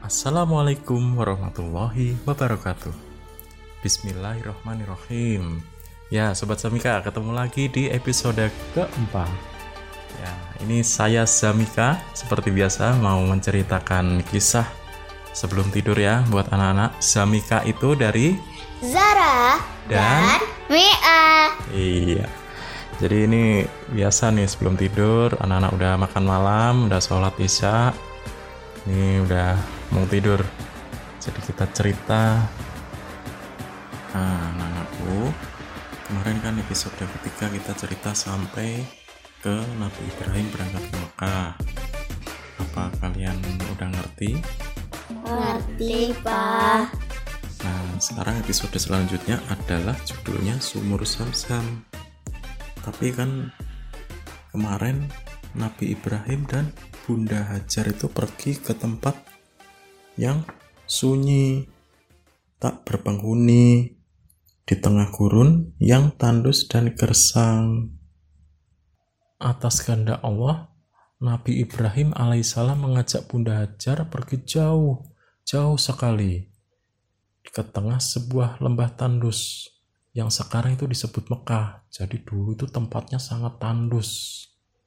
Assalamualaikum warahmatullahi wabarakatuh. Bismillahirrahmanirrahim. Ya, Sobat Zamika, ketemu lagi di episode keempat. Ya, ini saya Zamika, seperti biasa mau menceritakan kisah sebelum tidur ya buat anak-anak. Zamika itu dari Zara dan Mia. Iya. Jadi ini biasa nih sebelum tidur, anak-anak udah makan malam, udah sholat isya. Ini udah mau tidur. Jadi kita cerita. Nah, anak-anakku, kemarin kan episode ketiga kita cerita sampai ke Nabi Ibrahim berangkat ke Mekah. Apa kalian udah ngerti? Ngerti, Pak. Nah, sekarang episode selanjutnya adalah judulnya Sumur Zam-Zam. Tapi kan kemarin Nabi Ibrahim dan Bunda Hajar itu pergi ke tempat yang sunyi, tak berpenghuni, di tengah gurun yang tandus dan gersang. Atas kehendak Allah, Nabi Ibrahim alaihissalam mengajak Bunda Hajar pergi jauh sekali ke tengah sebuah lembah tandus yang sekarang itu disebut Mekah. Jadi dulu itu tempatnya sangat tandus.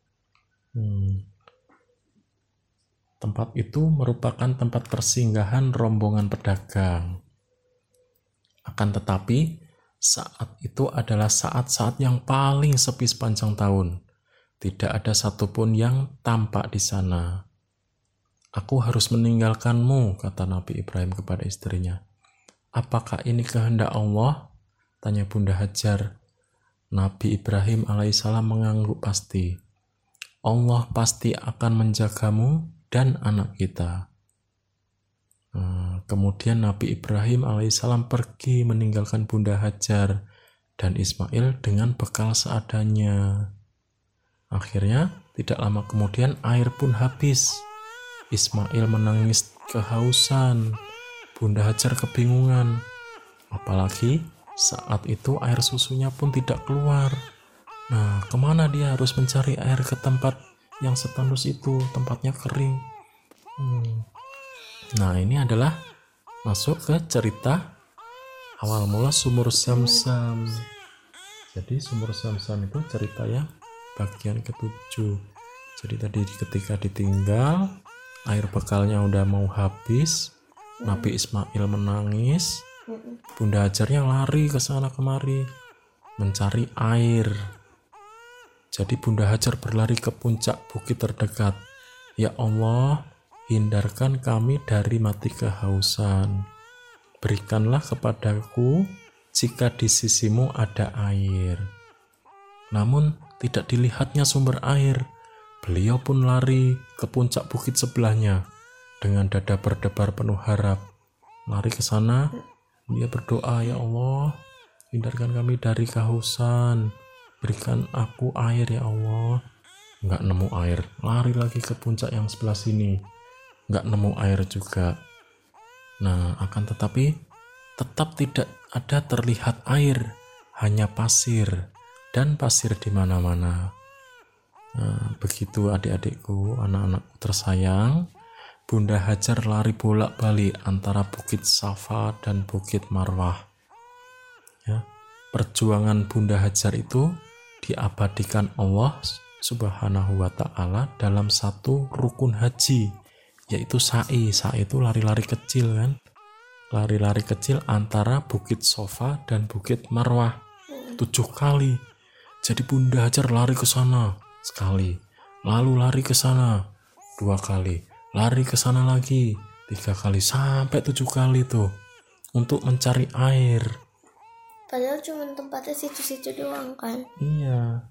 Tempat itu merupakan tempat persinggahan rombongan pedagang. Akan tetapi, saat itu adalah saat-saat yang paling sepi sepanjang tahun. Tidak ada satupun yang tampak di sana. Aku harus meninggalkanmu, kata Nabi Ibrahim kepada istrinya. Apakah ini kehendak Allah? Tanya Bunda Hajar. Nabi Ibrahim alaihissalam mengangguk pasti. Allah pasti akan menjagamu dan anak kita. Kemudian Nabi Ibrahim alaihissalam pergi meninggalkan Bunda Hajar dan Ismail dengan bekal seadanya. Akhirnya, tidak lama kemudian air pun habis. Ismail menangis kehausan. Bunda Hajar kebingungan. Apalagi saat itu air susunya pun tidak keluar. Nah, kemana dia harus mencari air ke tempat yang setandus itu, tempatnya kering. Nah, ini adalah masuk ke cerita awal mula Sumur Zam-Zam. Jadi Sumur Zam-Zam itu cerita yang bagian ke-7. Jadi tadi ketika ditinggal, air bekalnya udah mau habis, Nabi Ismail menangis, Bunda Hajarnya lari ke sana kemari mencari air. Jadi Bunda Hajar berlari ke puncak bukit terdekat. Ya Allah, hindarkan kami dari mati kehausan. Berikanlah kepadaku jika di sisimu ada air. Namun tidak dilihatnya sumber air. Beliau pun lari ke puncak bukit sebelahnya dengan dada berdebar penuh harap. Lari ke sana, dia berdoa, ya Allah, hindarkan kami dari kehausan. Berikan aku air ya Allah. Nggak nemu air. Lari lagi ke puncak yang sebelah sini. Nggak nemu air juga. Nah, akan tetapi tetap tidak ada terlihat air. Hanya pasir. Dan pasir di mana-mana. Nah, begitu adik-adikku, anak-anakku tersayang. Bunda Hajar lari bolak-balik antara Bukit Safa dan Bukit Marwah. Ya, perjuangan Bunda Hajar itu diabadikan Allah Subhanahu wa ta'ala dalam satu rukun haji, yaitu sa'i. Sa'i itu lari-lari kecil kan, lari-lari kecil antara Bukit Safa dan Bukit Marwah 7 kali. Jadi Bunda Hajar lari ke sana sekali, lalu lari ke sana 2 kali, lari ke sana lagi 3 kali, sampai 7 kali tuh untuk mencari air. Padahal cuma tempatnya situ-situ doang kan. Iya.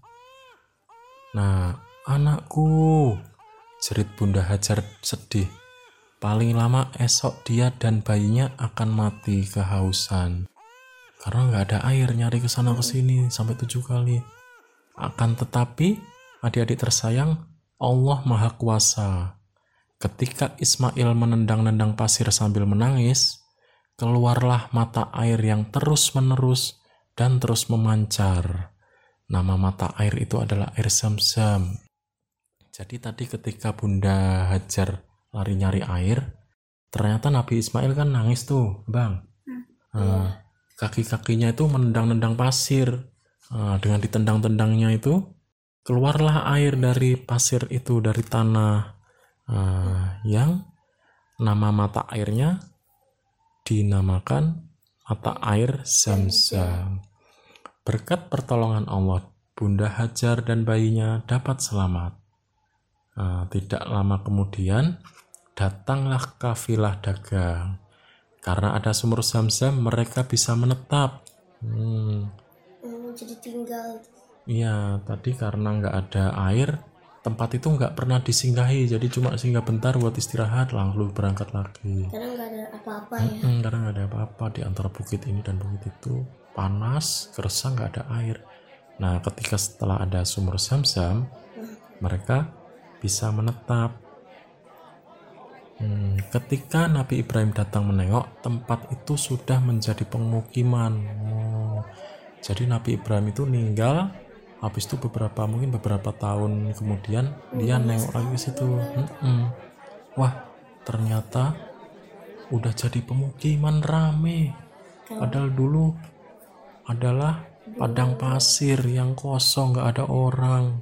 Nah, anakku, jerit Bunda Hajar sedih. Paling lama esok dia dan bayinya akan mati kehausan. Karena nggak ada air, nyari ke sana ke sini sampai 7 kali. Akan tetapi, adik-adik tersayang, Allah Maha Kuasa. Ketika Ismail menendang-nendang pasir sambil menangis, keluarlah mata air yang terus-menerus dan terus memancar. Nama mata air itu adalah air Zam-Zam. Jadi tadi ketika Bunda Hajar lari nyari air, ternyata Nabi Ismail kan nangis tuh Bang. Kaki-kakinya itu menendang-nendang pasir. Dengan ditendang-tendangnya itu keluarlah air dari pasir itu, dari tanah, yang nama mata airnya dinamakan mata air Zam-Zam. Berkat pertolongan Allah, Bunda Hajar dan bayinya dapat selamat. Tidak lama kemudian datanglah kafilah dagang. Karena ada sumur Zam-Zam, mereka bisa menetap. Jadi tinggal. Iya, tadi karena nggak ada air, tempat itu nggak pernah disinggahi, jadi cuma singgah bentar buat istirahat, lalu berangkat lagi. Karena nggak ada apa-apa ya. Karena nggak ada apa-apa di antara bukit ini dan bukit itu, panas, gersang, nggak ada air. Nah, ketika setelah ada sumur Zam-Zam, mereka bisa menetap. Ketika Nabi Ibrahim datang menengok, tempat itu sudah menjadi pemukiman. Jadi Nabi Ibrahim itu meninggal. Habis itu mungkin beberapa tahun kemudian dia nengok lagi ke situ. Wah, ternyata udah jadi pemukiman rame. Padahal dulu adalah padang pasir yang kosong, nggak ada orang.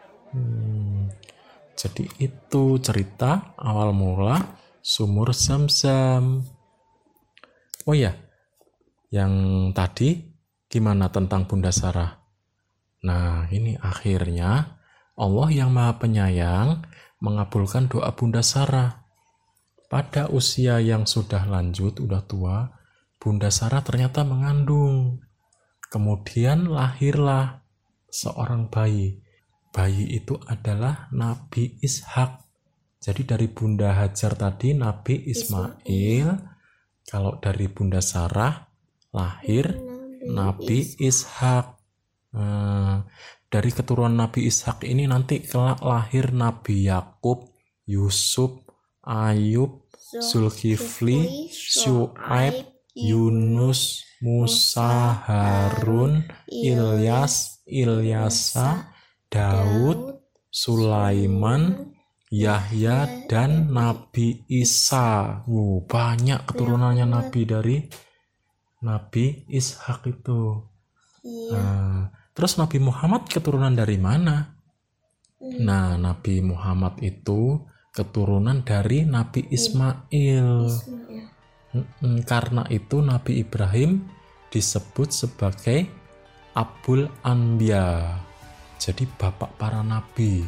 Jadi itu cerita awal mula sumur Zam-Zam. Oh ya, yang tadi gimana tentang Bunda Sarah? Nah, ini akhirnya Allah yang Maha Penyayang mengabulkan doa Bunda Sarah. Pada usia yang sudah lanjut, udah tua, Bunda Sarah ternyata mengandung. Kemudian lahirlah seorang bayi. Bayi itu adalah Nabi Ishak. Jadi dari Bunda Hajar tadi Nabi Ismail. Kalau dari Bunda Sarah lahir Nabi Ishak. Dari keturunan Nabi Ishak ini nanti kelak lahir Nabi Yakub, Yusuf, Ayub, Zulkifli, Syuaib, Yunus, Musa, Harun, Ilyas, Ilyasa, Daud, Sulaiman, Yahya, dan Nabi Isa. Banyak keturunannya Nabi dari Nabi Ishak itu. Terus Nabi Muhammad keturunan dari mana? Nah, Nabi Muhammad itu keturunan dari Nabi Ismail. Karena itu Nabi Ibrahim disebut sebagai Abul Anbiya. Jadi bapak para nabi.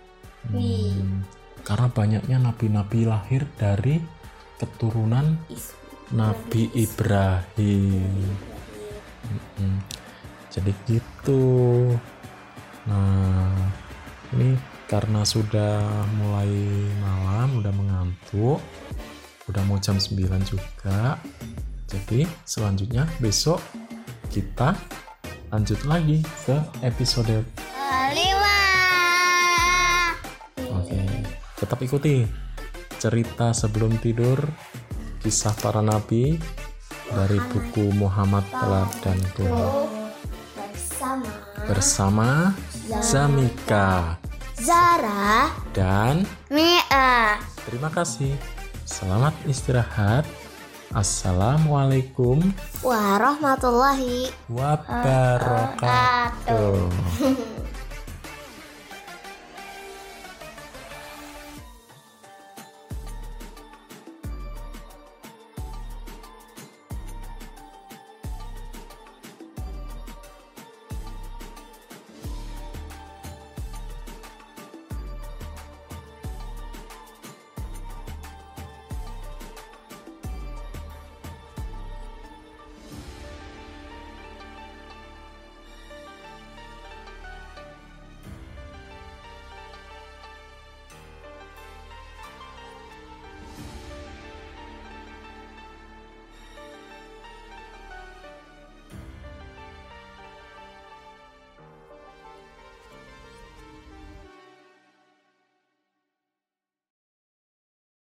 Karena banyaknya nabi-nabi lahir dari keturunan Nabi Ibrahim. Jadi gitu. Nah, ini karena sudah mulai malam, udah mengantuk, udah mau jam 9 juga. Jadi selanjutnya besok kita lanjut lagi ke episode 5. Oke, tetap ikuti cerita sebelum tidur, kisah para nabi dari buku Muhammad Teladanku bersama Zamika, Zara, dan Mia. terima kasih. Selamat istirahat. Assalamualaikum Warahmatullahi wabarakatuh.